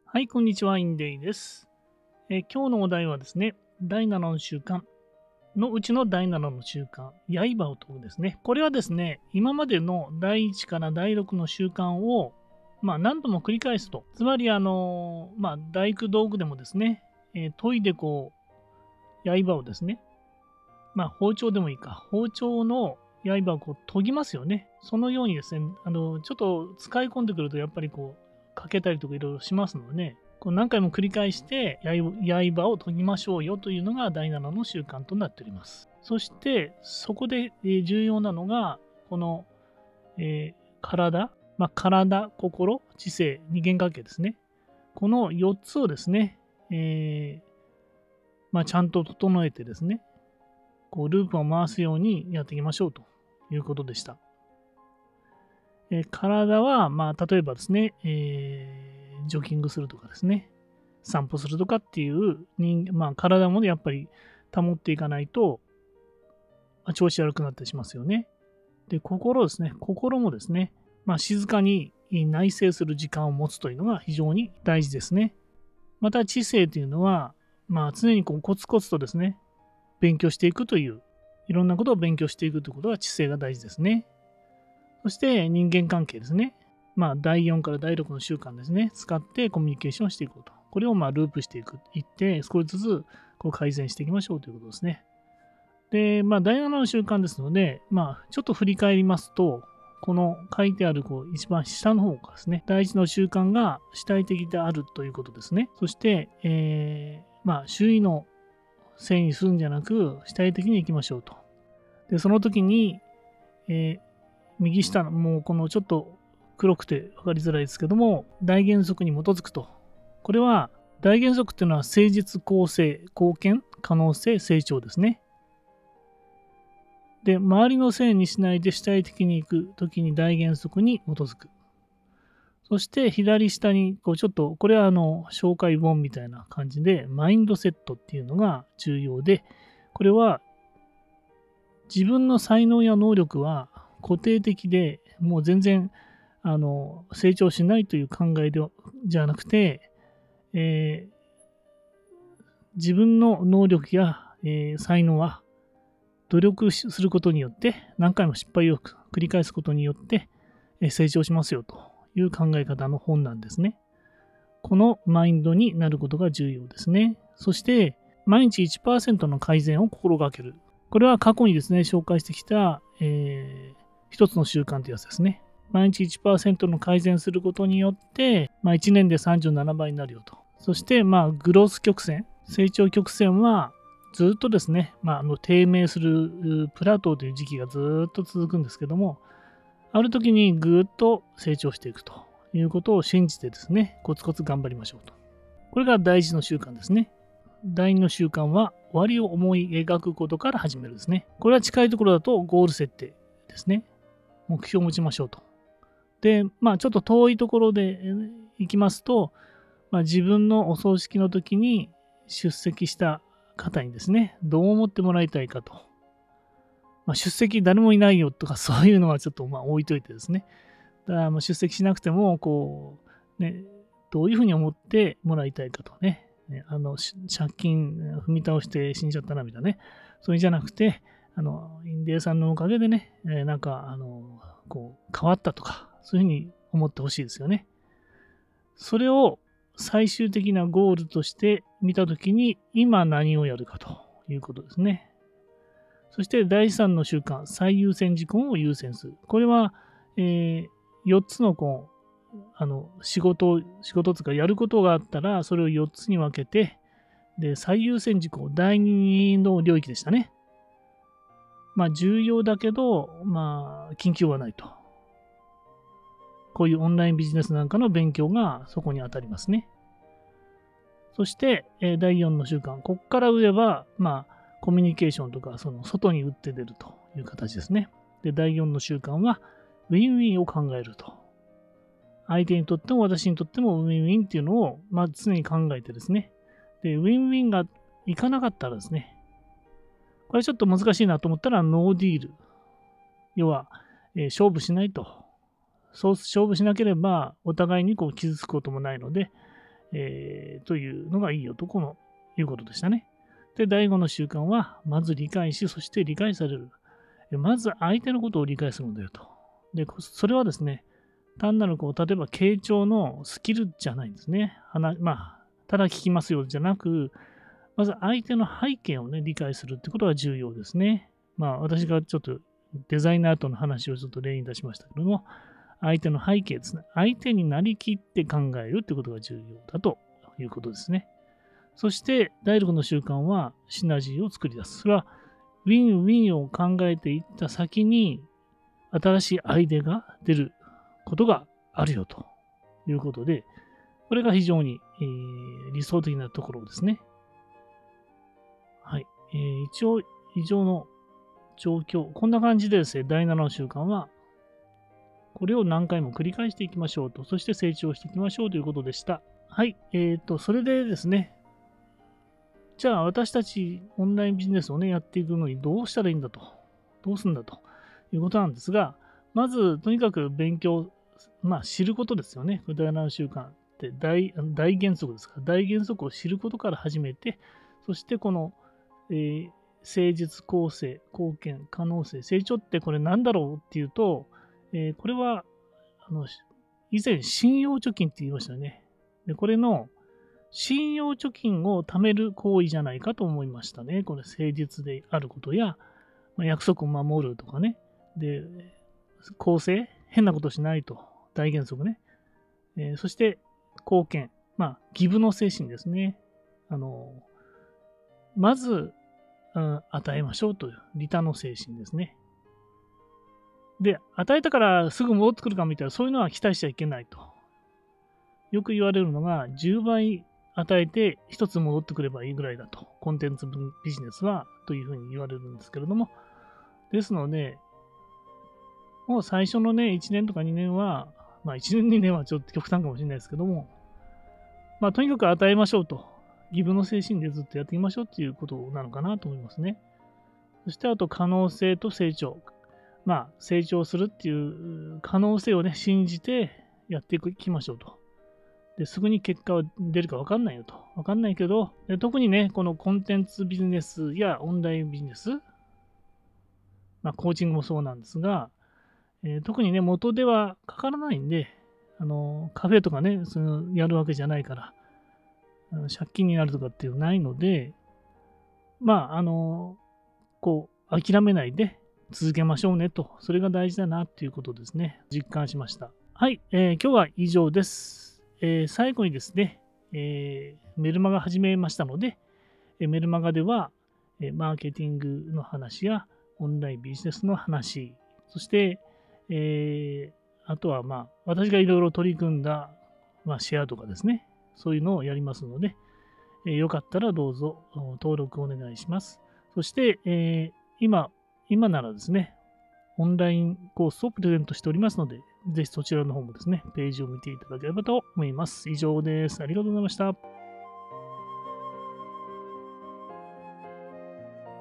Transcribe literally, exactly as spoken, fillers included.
はい、こんにちは、インデイです。えー今日のお題はですね、だいななの習慣のうちのだいななの習慣、刃を研ぐですね。これはですね、今までのだいいちからだいろくの習慣を、まあ、何度も繰り返すと。つまり、あのーまあ、大工道具でもですね、えー研いでこう、刃をですね、まあ、包丁でもいいか、包丁の刃をこう研ぎますよね。そのようにですね、あの、ちょっと使い込んでくると、やっぱりこう、かけたりとかいろいろしますので、ね、こう何回も繰り返して刃を研ぎましょうよというのがだいななの習慣となっております。そして、そこで重要なのが、この、えー体、まあ、体、心、知性、二元関係ですね。このよっつをですね、えーまあ、ちゃんと整えてですね、こうループを回すようにやっていきましょうということでした。えー体は、まあ、例えばですね、えージョギングするとかですね、散歩するとかっていう人、まあ、体もね、やっぱり保っていかないと、まあ、調子悪くなったりしますよね。で、心ですね。心もですね、まあ、静かに内省する時間を持つというのが非常に大事ですね。また、知性というのは、まあ、常にこうコツコツとですね、勉強していくという、いろんなことを勉強していくということが知性が大事ですね。そして人間関係ですね。まあ、だいよんからだいろくの習慣ですね。使ってコミュニケーションをしていこうと。これをまあループしていく、いって、少しずつこう改善していきましょうということですね。で、まあ、だいななの習慣ですので、まあ、ちょっと振り返りますと、この書いてあるこう一番下の方からですね、第一の習慣が主体的であるということですね。そして、えーまあ、周囲のせいにするんじゃなく、主体的にいきましょうと。で、その時に、えー右下の、もうこのちょっと黒くて分かりづらいですけども、大原則に基づくと。これは、大原則っていうのは誠実、公正、貢献、可能性、成長ですね。で、周りのせいにしないで主体的に行くときに大原則に基づく。そして左下に、こうちょっと、これはあの、紹介本みたいな感じで、マインドセットっていうのが重要で、これは自分の才能や能力は固定的で、もう全然あの成長しないという考えでじゃなくて、えー自分の能力や、えー才能は努力することによって、何回も失敗を繰り返すことによって成長しますよという考え方の本なんですね。このマインドになることが重要ですね。そして、毎日いちパーセントの改善を心がける。これは過去にですね、紹介してきた、えー一つの習慣というやつですね。毎日いちパーセントの改善することによって、まあ、いちねんでさんじゅうななばいになるよと。そして、まあ、グロース曲線、成長曲線はずっとですね、まあ、あの低迷するプラトーという時期がずっと続くんですけども、ある時にぐっと成長していくということを信じてですね、コツコツ頑張りましょうと。これが大事の習慣ですね。だいにの習慣は終わりを思い描くことから始めるですね。これは近いところだとゴール設定ですね。目標を持ちましょうと。で、まあちょっと遠いところで行きますと、まあ、自分のお葬式の時に出席した方にですね、どう思ってもらいたいかと。まあ、出席誰もいないよとかそういうのはちょっとまあ置いといてですね。だからまあ出席しなくても、こう、ね、どういうふうに思ってもらいたいかとね。あの、借金踏み倒して死んじゃったなみたいなね。それじゃなくて、あの、インディアさんのおかげでね、えーなんか、あの、こう、変わったとか、そういうふうに思ってほしいですよね。それを最終的なゴールとして見たときに、今何をやるかということですね。そしてだいさんの習慣、最優先事項を優先する。これは、えー、よっつのこうあの仕事、仕事とかやることがあったら、それをよっつに分けて、で、最優先事項、だいにの領域でしたね。まあ、重要だけど、まあ、緊急はないと。こういうオンラインビジネスなんかの勉強がそこに当たりますね。そして、えーだいよんの習慣、ここから上は、まあ、コミュニケーションとか、その外に打って出るという形ですね。で、だいよんの習慣は、ウィンウィンを考えると。相手にとっても私にとってもウィンウィンっていうのを、まあ、常に考えてですね。で、ウィンウィンがいかなかったらですね、これちょっと難しいなと思ったら、ノーディール。要は、えー勝負しないと。そう勝負しなければ、お互いにこう傷つくこともないので、 えー、というのがいいよと、この、いうことでしたね。で、だいごの習慣は、まず理解し、そして理解される。まず相手のことを理解するんだよと。で、それはですね、単なるこう、例えば傾聴のスキルじゃないんですね。まあ、ただ聞きますよじゃなく、まず相手の背景をね、理解するってことが重要ですね。まあ、私がちょっとデザイナーとの話をちょっと例に出しましたけども、相手の背景ですね。相手になりきって考えるってことが重要だということですね。そして、だいろくの習慣はシナジーを作り出す。それは、ウィンウィンを考えていった先に、新しいアイデアが出ることがあるよということで、これが非常に、えー、理想的なところですね。はい。えー、一応、以上の状況、こんな感じでですね、だいななの習慣は、これを何回も繰り返していきましょうと、そして成長していきましょうということでした。はい。えっと、それでですね、じゃあ私たちオンラインビジネスをね、やっていくのにどうしたらいいんだと、どうするんだということなんですが、まず、とにかく勉強、まあ、知ることですよね。だいななの習慣って大大原則ですから、大原則を知ることから始めて、そしてこの、えー、誠実、公正、貢献、可能性、成長ってこれ何だろうっていうと、えー、これは、あの、以前、信用貯金って言いましたよね。で、これの、信用貯金を貯める行為じゃないかと思いましたね。これ、誠実であることや、まあ、約束を守るとかね。で、公正、変なことしないと。大原則ね。えー、そして、貢献。まあ、ギブの精神ですね。あの、まず、うん、与えましょうという、利他の精神ですね。で、与えたからすぐ戻ってくるかみたいな、そういうのは期待しちゃいけないと。よく言われるのが、じゅうばい与えてひとつ戻ってくればいいぐらいだと。コンテンツビジネスは、というふうに言われるんですけれども。ですので、もう最初のね、いちねんとかにねんは、まあいちねん、にねんはちょっと極端かもしれないですけども、まあとにかく与えましょうと。ギブの精神でずっとやっていきましょうっていうことなのかなと思いますね。そしてあと可能性と成長。まあ成長するっていう可能性をね、信じてやっていきましょうと。ですぐに結果は出るか分かんないよと。分かんないけど、で特にね、このコンテンツビジネスやオンラインビジネス、まあコーチングもそうなんですが、えー、特にね、元ではかからないんで、あのカフェとかね、そのやるわけじゃないから、借金になるとかっていうのないので、まあ、あの、こう、諦めないで続けましょうねと、それが大事だなっていうことですね。実感しました。はい、えー、今日は以上です。えー、最後にですね、えー、メルマガ始めましたので、えー、メルマガでは、えー、マーケティングの話やオンラインビジネスの話、そして、えー、あとは、まあ、私がいろいろ取り組んだ、まあ、シェアとかですね、そういうのをやりますので、えー、よかったらどうぞ登録お願いします。そして、えー、今、今ならですね、オンラインコースをプレゼントしておりますので、ぜひそちらの方もですね、ページを見ていただければと思います。以上です。ありがとうございました。